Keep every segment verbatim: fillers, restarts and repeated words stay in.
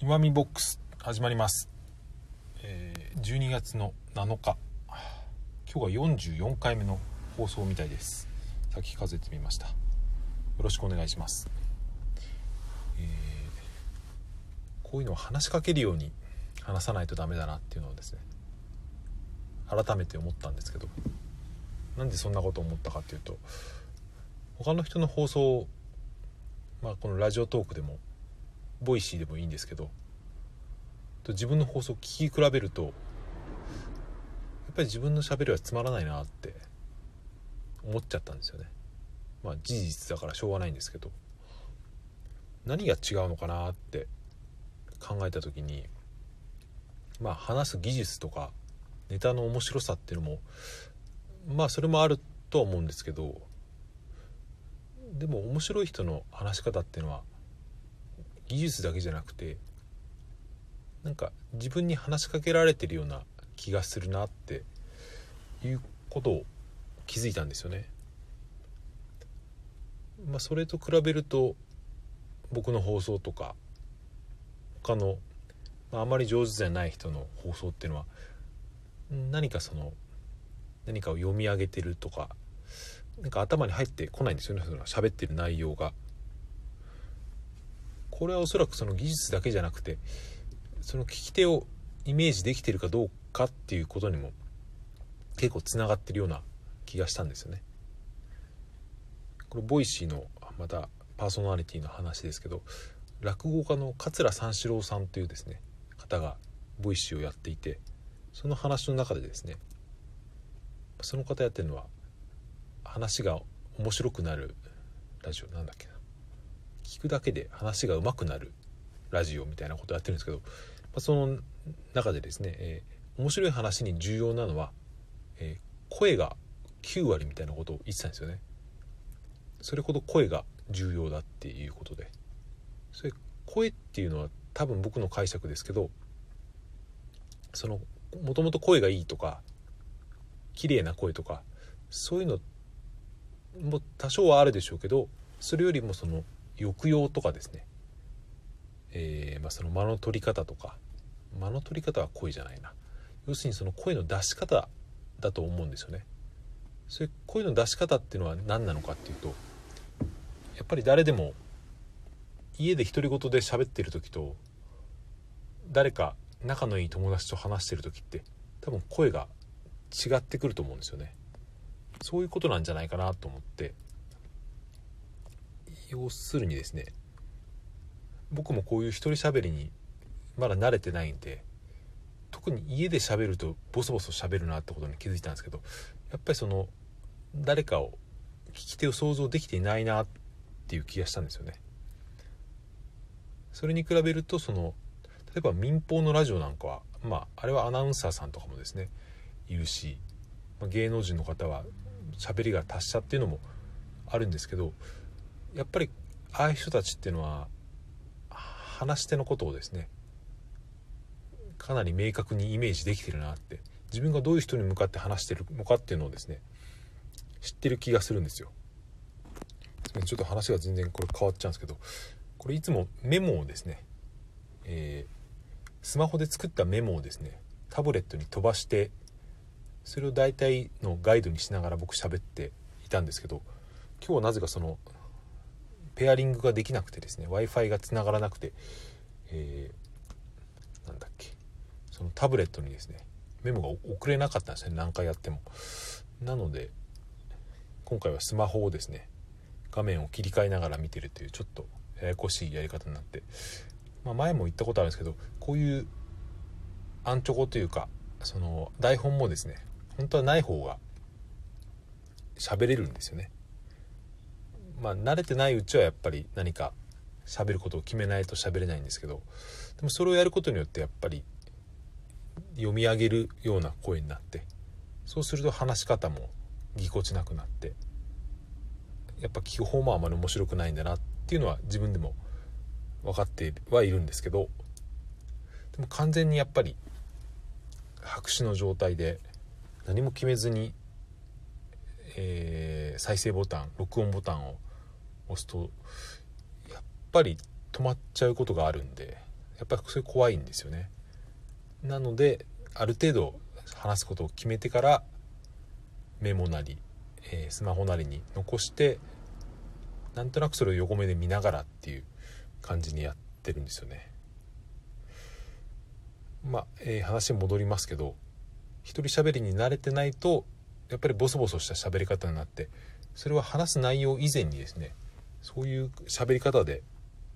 まみボックス始まります、えー、じゅうにがつのなのか、今日はよんじゅうよんかいめの放送みたいです。さっき数えてみました。よろしくお願いします。えー、こういうのを話しかけるように話さないとダメだなっていうのをですね、改めて思ったんですけど、なんでそんなことを思ったかっていうと、他の人の放送、まあ、このラジオトークでもボイシーでもいいんですけど、自分の放送を聞き比べると、やっぱり自分の喋りはつまらないなって思っちゃったんですよね。まあ事実だからしょうがないんですけど、何が違うのかなって考えた時に、まあ話す技術とかネタの面白さっていうのもまあそれもあるとは思うんですけど、でも面白い人の話し方っていうのは技術だけじゃなくて、なんか自分に話しかけられてるような気がするなっていうことを気づいたんですよね。まあそれと比べると、僕の放送とか他の、まあ、あまり上手じゃない人の放送っていうのは、何かその何かを読み上げてるとか、なんか頭に入ってこないんですよね、その喋ってる内容が。これはおそらくその技術だけじゃなくて、その聞き手をイメージできてるかどうかっていうことにも結構つながってるような気がしたんですよね。これボイシーのまたパーソナリティの話ですけど、落語家の桂三四郎さんというですね方がボイシーをやっていて、その話の中でですね、その方やってるのは話が面白くなるラジオなんだっけな、聞くだけで話が上手くなるラジオみたいなことをやってるんですけど、その中でですね、えー、面白い話に重要なのは、えー、声がきゅうわりみたいなことを言ってたんですよね。それほど声が重要だっていうことで、それ声っていうのは多分僕の解釈ですけど、そのもともと声がいいとか綺麗な声とかそういうのも多少はあるでしょうけど、それよりもその抑揚とかですね、えーまあ、その間の取り方とか、間の取り方は声じゃないな、要するにその声の出し方だと思うんですよね。それ声の出し方っていうのは何なのかっていうと、やっぱり誰でも家で独り言で喋ってる時と、誰か仲のいい友達と話してる時って多分声が違ってくると思うんですよね。そういうことなんじゃないかなと思って、要するにですね、僕もこういう一人喋りにまだ慣れてないんで、特に家で喋るとボソボソ喋るなってことに気づいたんですけど、やっぱりその誰かを聞き手を想像できていないなっていう気がしたんですよね。それに比べると、その例えば民放のラジオなんかは、まああれはアナウンサーさんとかもですねいるし、まあ、芸能人の方は喋りが達者っていうのもあるんですけど、やっぱりああいう人たちっていうのは話し手のことをですねかなり明確にイメージできてるなって、自分がどういう人に向かって話してるのかっていうのをですね知ってる気がするんですよ。ちょっと話が全然これ変わっちゃうんですけど、これいつもメモをですね、えー、スマホで作ったメモをですねタブレットに飛ばして、それを大体のガイドにしながら僕喋っていたんですけど、今日はなぜかそのペアリングができなくてですね Wi-Fi がつながらなくて、えー、なんだっけそのタブレットにですねメモが送れなかったんですね、何回やっても。なので今回はスマホをですね画面を切り替えながら見てるというちょっとややこしいやり方になって、まあ、前も言ったことあるんですけど、こういうアンチョコというかその台本もですね本当はない方が喋れるんですよね。まあ慣れてないうちはやっぱり何か喋ることを決めないと喋れないんですけど、でもそれをやることによってやっぱり読み上げるような声になって、そうすると話し方もぎこちなくなって、やっぱ聞く方もあまり面白くないんだなっていうのは自分でも分かってはいるんですけど、でも完全にやっぱり白紙の状態で何も決めずに、えー、再生ボタン録音ボタンを押すとやっぱり止まっちゃうことがあるんで、 やっぱりそれ怖いんですよね。なのである程度話すことを決めてからメモなり、えー、スマホなりに残して、なんとなくそれを横目で見ながらっていう感じにやってるんですよね。まあ、えー、話に戻りますけど、一人喋りに慣れてないとやっぱりボソボソした喋り方になって、それは話す内容以前にですね、そういう喋り方で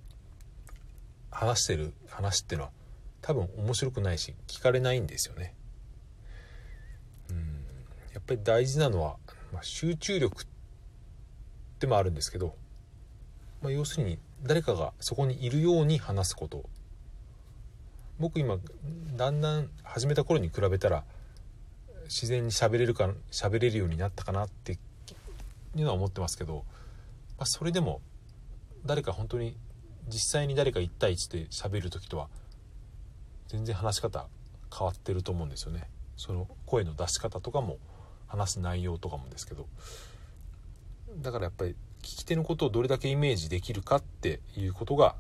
話してる話っていうのは多分面白くないし聞かれないんですよね。うん、やっぱり大事なのは、まあ、集中力でもあるんですけど、まあ、要するに誰かがそこにいるように話すこと。僕今だんだん始めた頃に比べたら自然に喋れるか喋れるようになったかなっていうのは思ってますけど、まあ、それでも誰か本当に実際に誰かいち対いちで喋る時とは全然話し方変わってると思うんですよね。その声の出し方とかも話す内容とかもですけど、だからやっぱり聞き手のことをどれだけイメージできるかっていうことが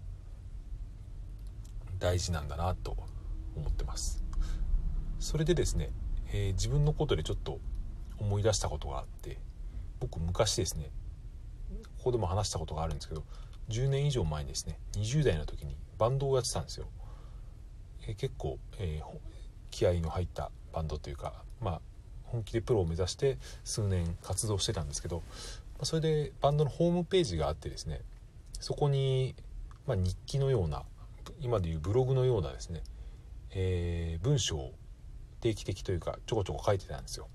大事なんだなと思ってます。それでですね、えー、自分のことでちょっと思い出したことがあって、僕昔ですね、ここでも話したことがあるんですけど、じゅうねん以上前にですね、にじゅう代の時にバンドをやってたんですよ。えー、結構、えー、気合いの入ったバンドというか、まあ本気でプロを目指して数年活動してたんですけど、それでバンドのホームページがあってですね、そこに、まあ、日記のような、今でいうブログのようなですね、えー、文章を定期的というかちょこちょこ書いてたんですよ。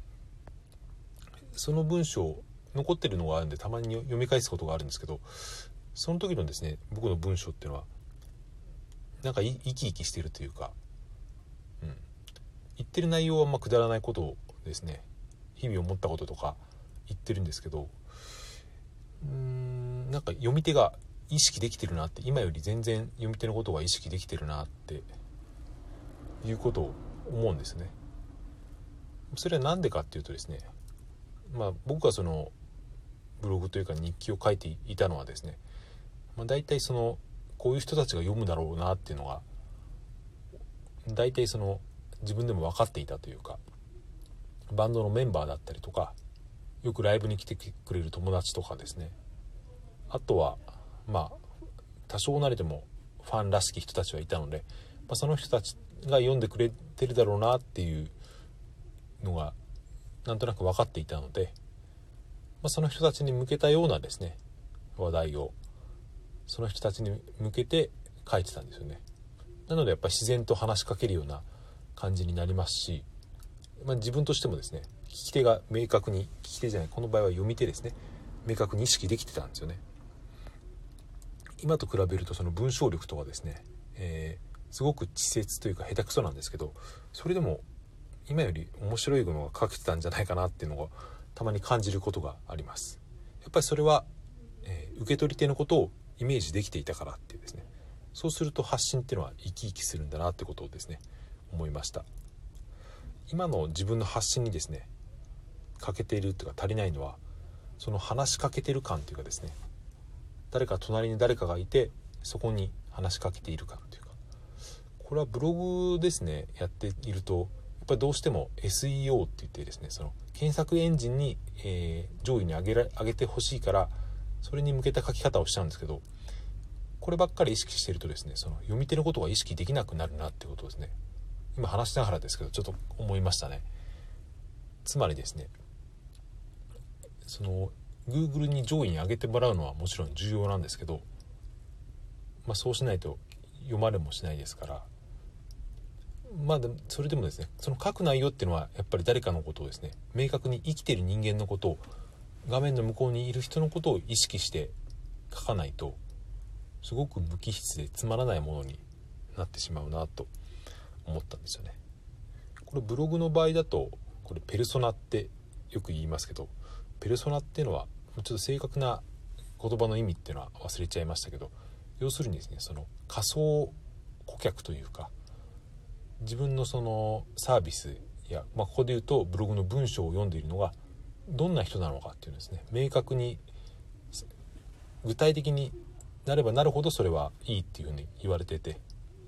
その文章残ってるのがあるんでたまに読み返すことがあるんですけど、その時のですね僕の文章っていうのはなんか生き生きしてるというか、うん、言ってる内容はまあくだらないことをですね、日々思ったこととか言ってるんですけど、うーんなんか読み手が意識できてるなって、今より全然読み手のことが意識できてるなっていうことを思うんですね。それは何でかっていうとですね、まあ僕がそのブログというか日記を書いていたのはですね、まあ、大体そのこういう人たちが読むだろうなっていうのが大体その自分でも分かっていたというか、バンドのメンバーだったりとか、よくライブに来てくれる友達とかですね、あとはまあ多少なりでもファンらしき人たちはいたので、まあ、その人たちが読んでくれてるだろうなっていうのがなんとなく分かっていたので、まあ、その人たちに向けたようなですね話題をその人たちに向けて書いてたんですよね。なのでやっぱり自然と話しかけるような感じになりますし、まあ、自分としてもですね聞き手が明確に、聞き手じゃない、この場合は読み手ですね、明確に意識できてたんですよね。今と比べるとその文章力とかですね、えー、すごく稚拙というか下手くそなんですけど、それでも今より面白いものが書けてたんじゃないかなっていうのがたまに感じることがあります。やっぱりそれは、えー、受け取り手のことをイメージできていたからっていうですね、そうすると発信っていうのは生き生きするんだなってことをですね思いました。今の自分の発信にですね欠けているというか足りないのは、その話しかけてる感というかですね、誰か隣に誰かがいてそこに話しかけている感というか、これはブログですねやっているとやっぱりどうしても エスイーオー って言ってですね、その検索エンジンに、えー、上位に上げら上げてほしいからそれに向けた書き方をしちゃうんですけど、こればっかり意識しているとですね、その読み手のことが意識できなくなるなってことですね、今話しながらですけどちょっと思いましたね。つまりですね、その Google に上位に上げてもらうのはもちろん重要なんですけど、まあ、そうしないと読まれもしないですから、まあでもそれでもですね、その書く内容っていうのはやっぱり誰かのことをですね、明確に生きている人間のことを、画面の向こうにいる人のことを意識して書かないとすごく無機質でつまらないものになってしまうなと思ったんですよね。これブログの場合だとこれペルソナってよく言いますけど、ペルソナっていうのはちょっと正確な言葉の意味っていうのは忘れちゃいましたけど、要するにですね、その仮想顧客というか、自分のそのサービスや、まあ、ここで言うとブログの文章を読んでいるのがどんな人なのかっていうのですね、明確に具体的になればなるほどそれはいいっていうふうに言われてて、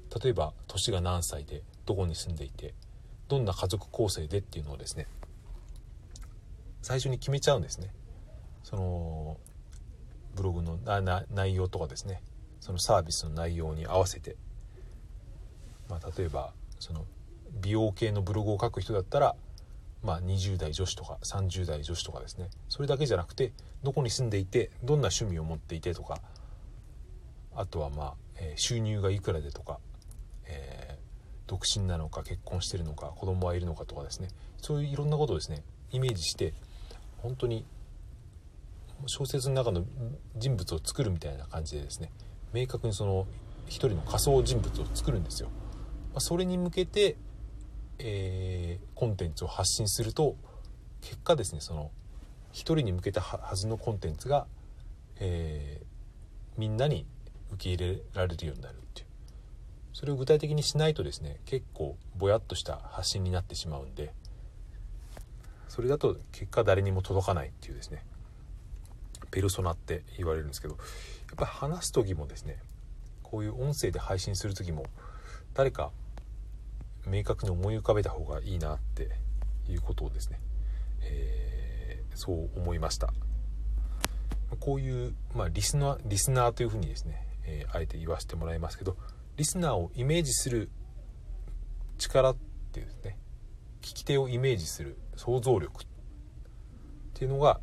例えば年が何歳でどこに住んでいてどんな家族構成でっていうのをですね最初に決めちゃうんですね。そのブログの内容とかですね、そのサービスの内容に合わせて、まあ、例えばその美容系のブログを書く人だったら、まあ、にじゅう代女子とかさんじゅう代女子とかですね、それだけじゃなくてどこに住んでいてどんな趣味を持っていてとか、あとはまあ、えー、収入がいくらでとか、えー、独身なのか結婚してるのか子供はいるのかとかですね、そういういろんなことをですねイメージして本当に小説の中の人物を作るみたいな感じでですね明確にその一人の仮想人物を作るんですよ。まあ、それに向けて、えー、コンテンツを発信すると結果ですねその一人に向けたはずのコンテンツが、えー、みんなに受け入れられるようになるっていう、それを具体的にしないとですね結構ぼやっとした発信になってしまうんで、それだと結果誰にも届かないっていうですねペルソナって言われるんですけど、やっぱり話す時もですねこういう音声で配信する時も誰か明確に思い浮かべた方がいいなっていうことをですね、えー、そう思いました。こういう、まあ、リスナー、リスナーというふうにですね、えー、あえて言わせてもらいますけど、リスナーをイメージする力っていうですね、聞き手をイメージする想像力っていうのが、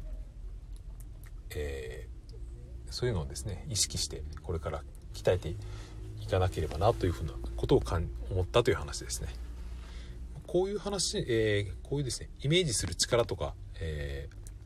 えー、そういうのをですね意識してこれから鍛えていかなければなというふうなことをかん思ったという話ですね。こういう話、えー、こういうですねイメージする力とか、えー